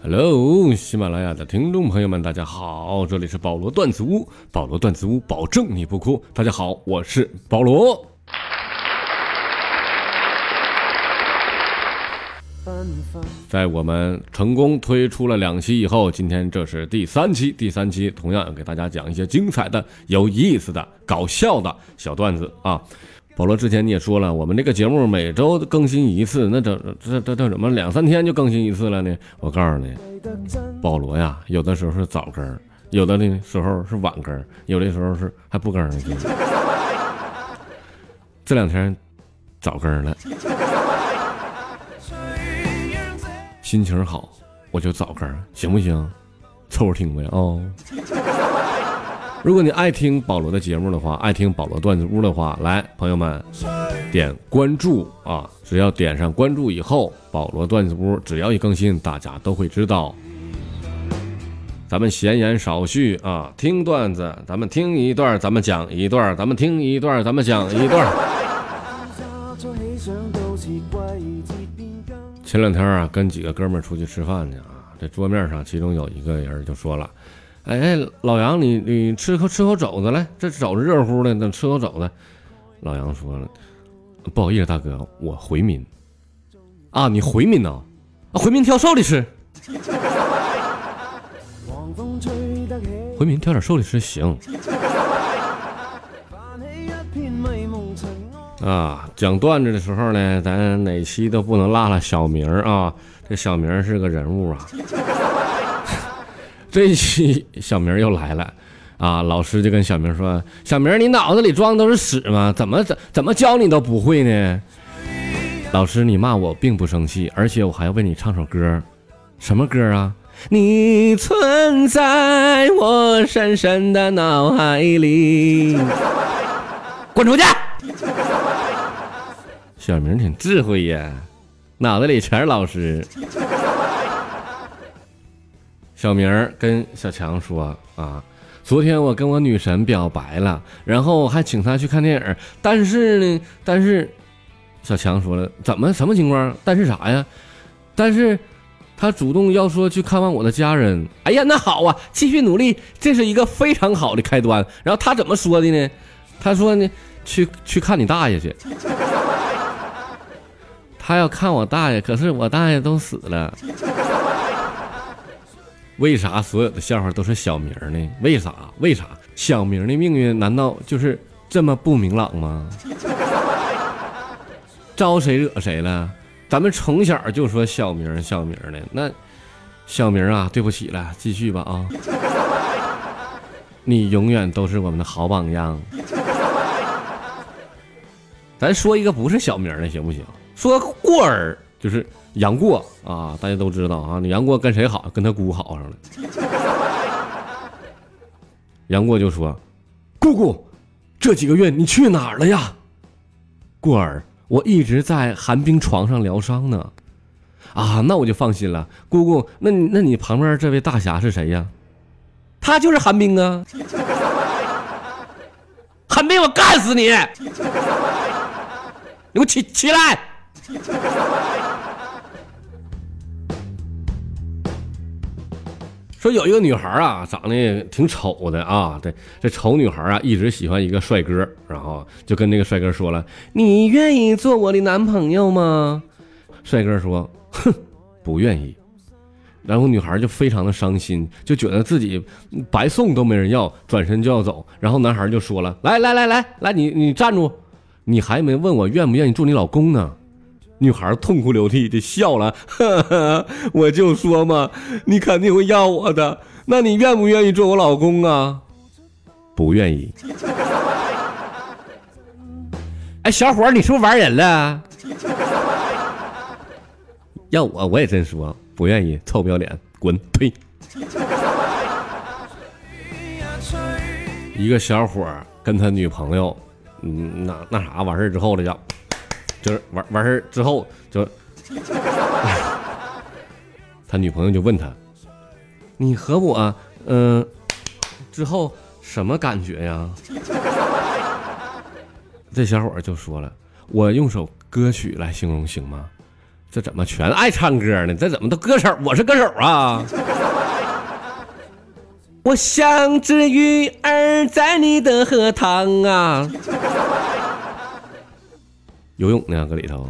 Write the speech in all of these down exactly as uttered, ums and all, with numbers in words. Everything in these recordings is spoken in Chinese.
Hello， 喜马拉雅的听众朋友们，大家好，这里是保罗段子屋，保罗段子屋，保证你不哭。大家好，我是保罗。在我们成功推出了两期以后，今天这是第三期，第三期同样要给大家讲一些精彩的、有意思的、搞笑的小段子啊。保罗之前你也说了，我们这个节目每周更新一次，那这这这这怎么两三天就更新一次了呢？我告诉你，保罗呀，有的时候是早更，有的呢时候是晚更，有的时候是还不更呢。这两天早更了，心情好我就早更，行不行？凑合听呗哦。如果你爱听保罗的节目的话，爱听保罗段子屋的话，来朋友们点关注啊！只要点上关注以后，保罗段子屋只要一更新，大家都会知道。咱们闲言少叙啊，听段子，咱们听一段，咱们讲一段，咱们听一段，咱们讲一段。前两天啊，跟几个哥们儿出去吃饭去啊，这桌面上其中有一个人就说了。哎，老杨，你你吃口吃口肘子来，这肘子热乎的，等吃口肘子。老杨说了，不好意思，大哥，我回民。啊，你回民呢？啊，回民挑瘦的吃。回民挑点瘦的吃行。啊，讲段子的时候呢，咱哪期都不能落了小明啊，这小明是个人物啊。这一期小明又来了啊！老师就跟小明说：“小明，你脑子里装都是屎吗？怎么怎怎么教你都不会呢？”老师，你骂我并不生气，而且我还要为你唱首歌。什么歌啊？你存在我深深的脑海里。滚出去！小明挺智慧呀，脑子里全是老师。小明跟小强说啊，昨天我跟我女神表白了，然后还请她去看电影，但是呢，但是小强说了，怎么什么情况？但是啥呀？但是她主动要说去看望我的家人。哎呀，那好啊，继续努力，这是一个非常好的开端。然后她怎么说的呢？她说呢，去去看你大爷去。她要看我大爷，可是我大爷都死了。为啥所有的笑话都是小明呢？为啥？为啥小明的命运难道就是这么不明朗吗？招谁惹谁了？咱们从小就说小明小明的，那小明啊，对不起了，继续吧啊！你永远都是我们的好榜样。咱说一个不是小明的行不行？说过儿，就是杨过啊，大家都知道啊，你杨过跟谁好？跟他姑好上了。杨过就说：“姑姑，这几个月你去哪儿了呀？”过儿，我一直在寒冰床上疗伤呢。啊，那我就放心了。姑姑，那你那你旁边这位大侠是谁呀？他就是寒冰啊。寒冰，我干死你！你给我起起来！说有一个女孩啊，长得挺丑的啊，这这丑女孩啊，一直喜欢一个帅哥，然后就跟那个帅哥说了：“你愿意做我的男朋友吗？”帅哥说：“哼，不愿意。”然后女孩就非常的伤心，就觉得自己白送都没人要，转身就要走。然后男孩就说了：“来来来来来，你你站住，你还没问我愿不愿意做你老公呢。”女孩痛哭流涕就笑了，呵呵，我就说嘛，你肯定会要我的，那你愿不愿意做我老公啊？不愿意。哎，小伙，你是不是玩人了？要我我也真说不愿意，臭不要脸，滚，呸！一个小伙跟他女朋友，嗯，那那啥完事之后了叫。就是完完事之后就他女朋友就问他：“你和我嗯、呃、之后什么感觉呀？”这小伙就说了：“我用首歌曲来形容行吗？ 这怎么全爱唱歌呢？这怎么都歌手？我是歌手啊！我像只鱼儿在你的荷塘啊！游泳呢，搁里头。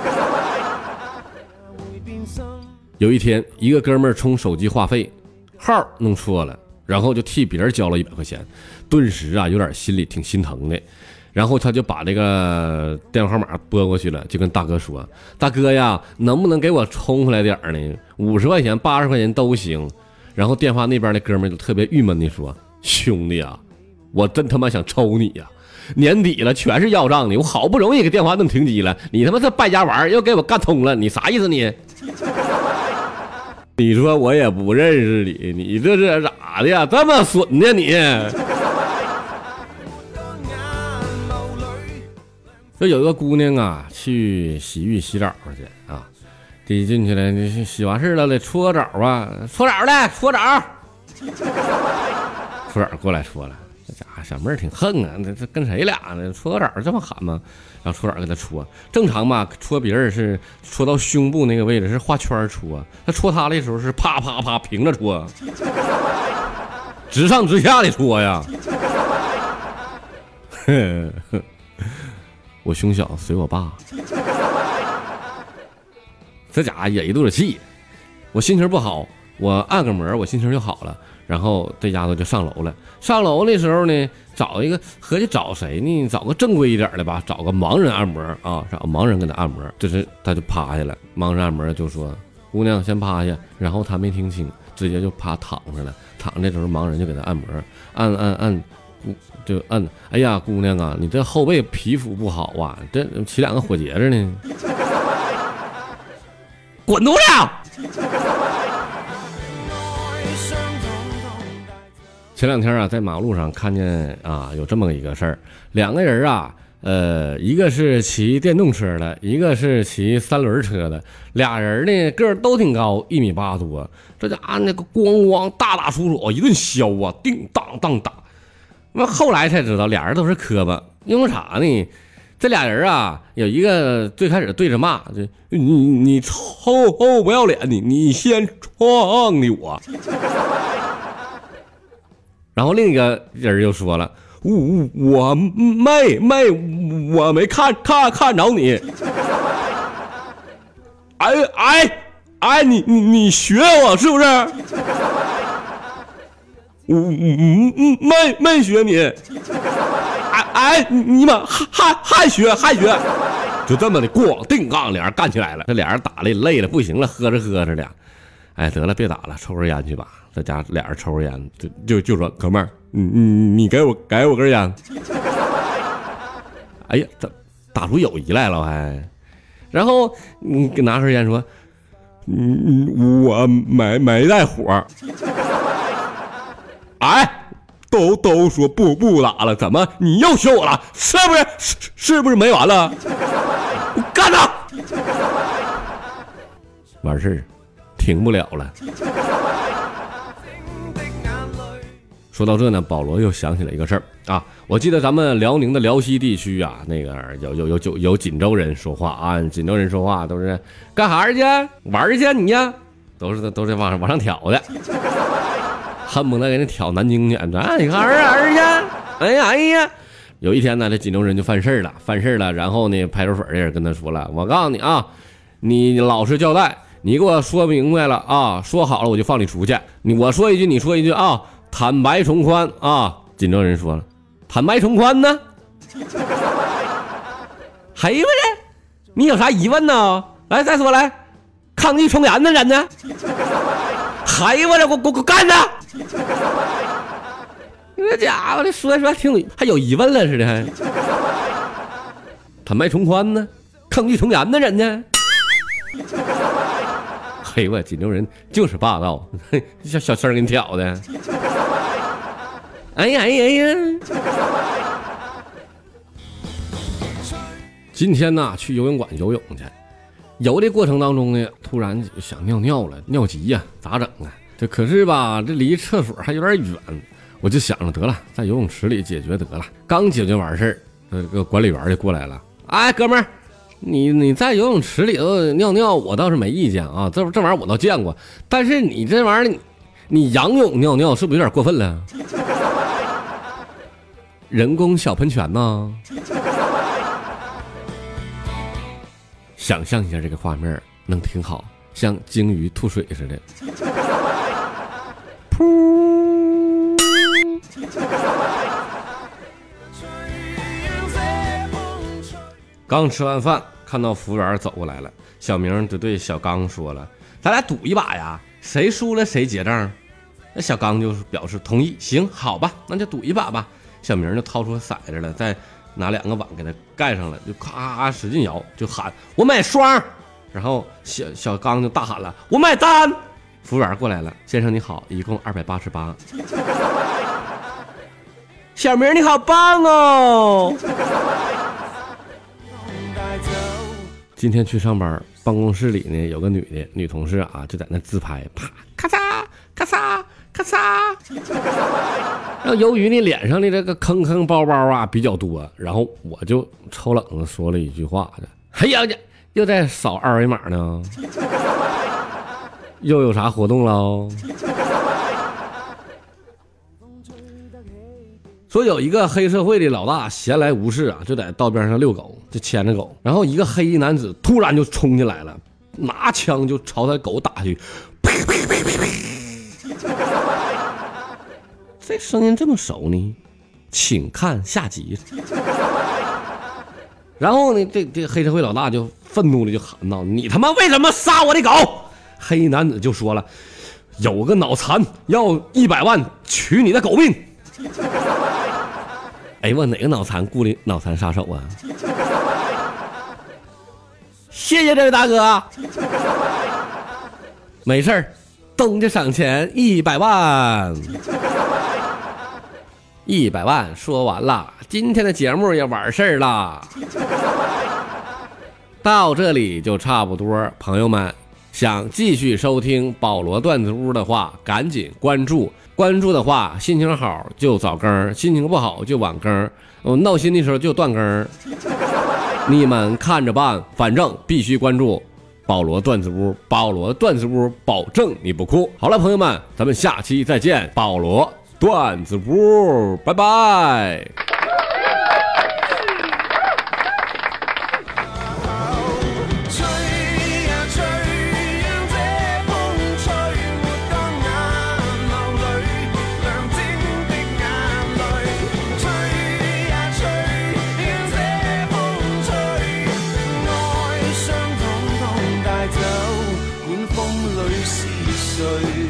有一天，一个哥们儿充手机话费，号弄错了，然后就替别人交了一百块钱，顿时啊，有点心里挺心疼的。然后他就把这个电话号码拨过去了，就跟大哥说：“大哥呀，能不能给我充回来点呢？五十块钱、八十块钱都行。”然后电话那边的哥们就特别郁闷的说：“兄弟啊，我真他妈想抽你呀！年底了，全是要账的，我好不容易给电话弄停机了，你他妈这败家玩意又给我干通了，你啥意思你？你说我也不认识你，你这是咋的呀？这么损呢你？”就有一个姑娘啊，去洗浴洗澡去啊，这进去了，你洗完事了，得搓个澡啊，搓澡来，搓澡，搓澡过来搓了，这家伙小妹儿挺横啊，这这跟谁俩呢？搓个澡这么喊吗？然后搓澡给他搓，正常吧，搓别人是搓到胸部那个位置是画圈搓，他搓他的时候是啪啪啪平着搓，直上直下的搓呀。我胸小随我爸，这家伙也一肚子气。我心情不好，我按个摩，我心情就好了。然后这丫头就上楼了。上楼的时候呢，找一个合计找谁呢？找个正规一点的吧，找个盲人按摩啊，找个盲人给他按摩。这是他就趴下了，盲人按摩就说：“姑娘先趴下。”然后他没听清，直接就趴躺上了。躺着的时候，盲人就给他按摩，按按按。就按，哎呀，姑娘啊，你这后背皮肤不好啊，这起两个火结子呢，滚犊子！前两天啊，在马路上看见啊，有这么一个事儿，两个人啊，呃，一个是骑电动车的，一个是骑三轮车的，俩人呢个儿都挺高，一米八多，这家伙那个咣咣大打出手，一顿削啊，叮当当打。那后来才知道，俩人都是磕巴，因为啥呢？这俩人啊，有一个最开始对着骂，就你你臭不要脸，你你先撞的我。然后另一个人又说了，我我没没我没看看看着你。哎哎哎，你你你学我是不是？我嗯嗯没没学你，哎哎你们还还学还学，就这么的咣定杠，俩人干起来了。这俩人打的累了不行了，喝着喝着的，哎得了别打了，抽根烟去吧。在家俩人抽根烟，就就就说哥们儿，你你你给我给我根烟。哎呀，这打出友谊来了还。然后你拿根烟说，嗯我没没带火。哎，都都说不不打了，怎么你又学我了？是不是？是是不是没完了？我干他！完事儿，停不了了。说到这呢，保罗又想起了一个事儿啊，我记得咱们辽宁的辽西地区啊，那个有有有有有锦州人说话啊，锦州人说话都是干啥去？玩去你呀？都是都是往上往上挑的。恨不得给人挑南京去，啊，你看儿儿去，哎呀哎呀！有一天呢，这锦州人就犯事了，犯事了，然后呢，派出所的人跟他说了，我告诉你啊，你老实交代，你给我说明白了啊，说好了我就放你出去。你我说一句，你说一句啊，坦白从宽啊。锦州人说了，坦白从宽呢？嘿喂，你有啥疑问呢？来再说来，抗拒从严的人呢？嘿我这我我我干他！这家伙的说说挺还有疑问了似的，还坦白从宽呢，抗拒从严的人呢？嘿我锦州人就是霸道，小小声给你挑的。哎呀哎呀哎呀！今天呢去游泳馆游泳去，游的过程当中呢，突然想尿尿了，尿急呀，咋整啊？这可是吧，这离厕所还有点远，我就想着得了，在游泳池里解决得了。刚解决完事儿，这个管理员就过来了，哎，哥们儿， 你你在游泳池里头尿尿，我倒是没意见啊，这这玩意儿我倒见过。但是你这玩意儿，你你仰泳尿尿是不是有点过分了？人工小喷泉呢？想象一下这个画面，能挺好，像鲸鱼吐水似的。噗！刚吃完饭，看到服务员走过来了，小明就对小刚说了：“咱俩赌一把呀，谁输了谁结账。”那小刚就表示同意，行，好吧，那就赌一把吧。小明就掏出骰子了，再拿两个碗给他盖上了，就咔使劲摇，就喊：“我买双！”然后小小刚就大喊了：“我买单！”服务员过来了：“先生你好，一共二百八十八。”小明你好棒哦！今天去上班，办公室里呢有个女的女同事啊，就在那自拍，啪咔嚓咔嚓咔嚓。然后由于呢脸上的这个坑坑包包啊比较多，然后我就抽冷子说了一句话：“哎呀，又在扫二维码呢，又有啥活动喽？”说有一个黑社会的老大闲来无事啊，就在道边上遛狗，就牵着狗，然后一个黑衣男子突然就冲进来了，拿枪就朝他狗打去，呸呸呸呸呸！这声音这么熟呢？请看下集。然后呢，这这黑社会老大就愤怒的就喊道：“你他妈为什么杀我的狗？”黑衣男子就说了：“有个脑残要一百万取你的狗命。”哎，问哪个脑残雇的脑残杀手啊？谢谢这位大哥，没事儿，东家赏钱一百万，一百万说完了，今天的节目也完事儿了，到这里就差不多。朋友们，想继续收听保罗段子屋的话，赶紧关注。关注的话，心情好就早更，心情不好就晚更，我闹心的时候就断更，你们看着办，反正必须关注保罗段子屋，保罗段子屋保证你不哭。好了，朋友们，咱们下期再见，保罗段子屋，拜拜。 风里是谁？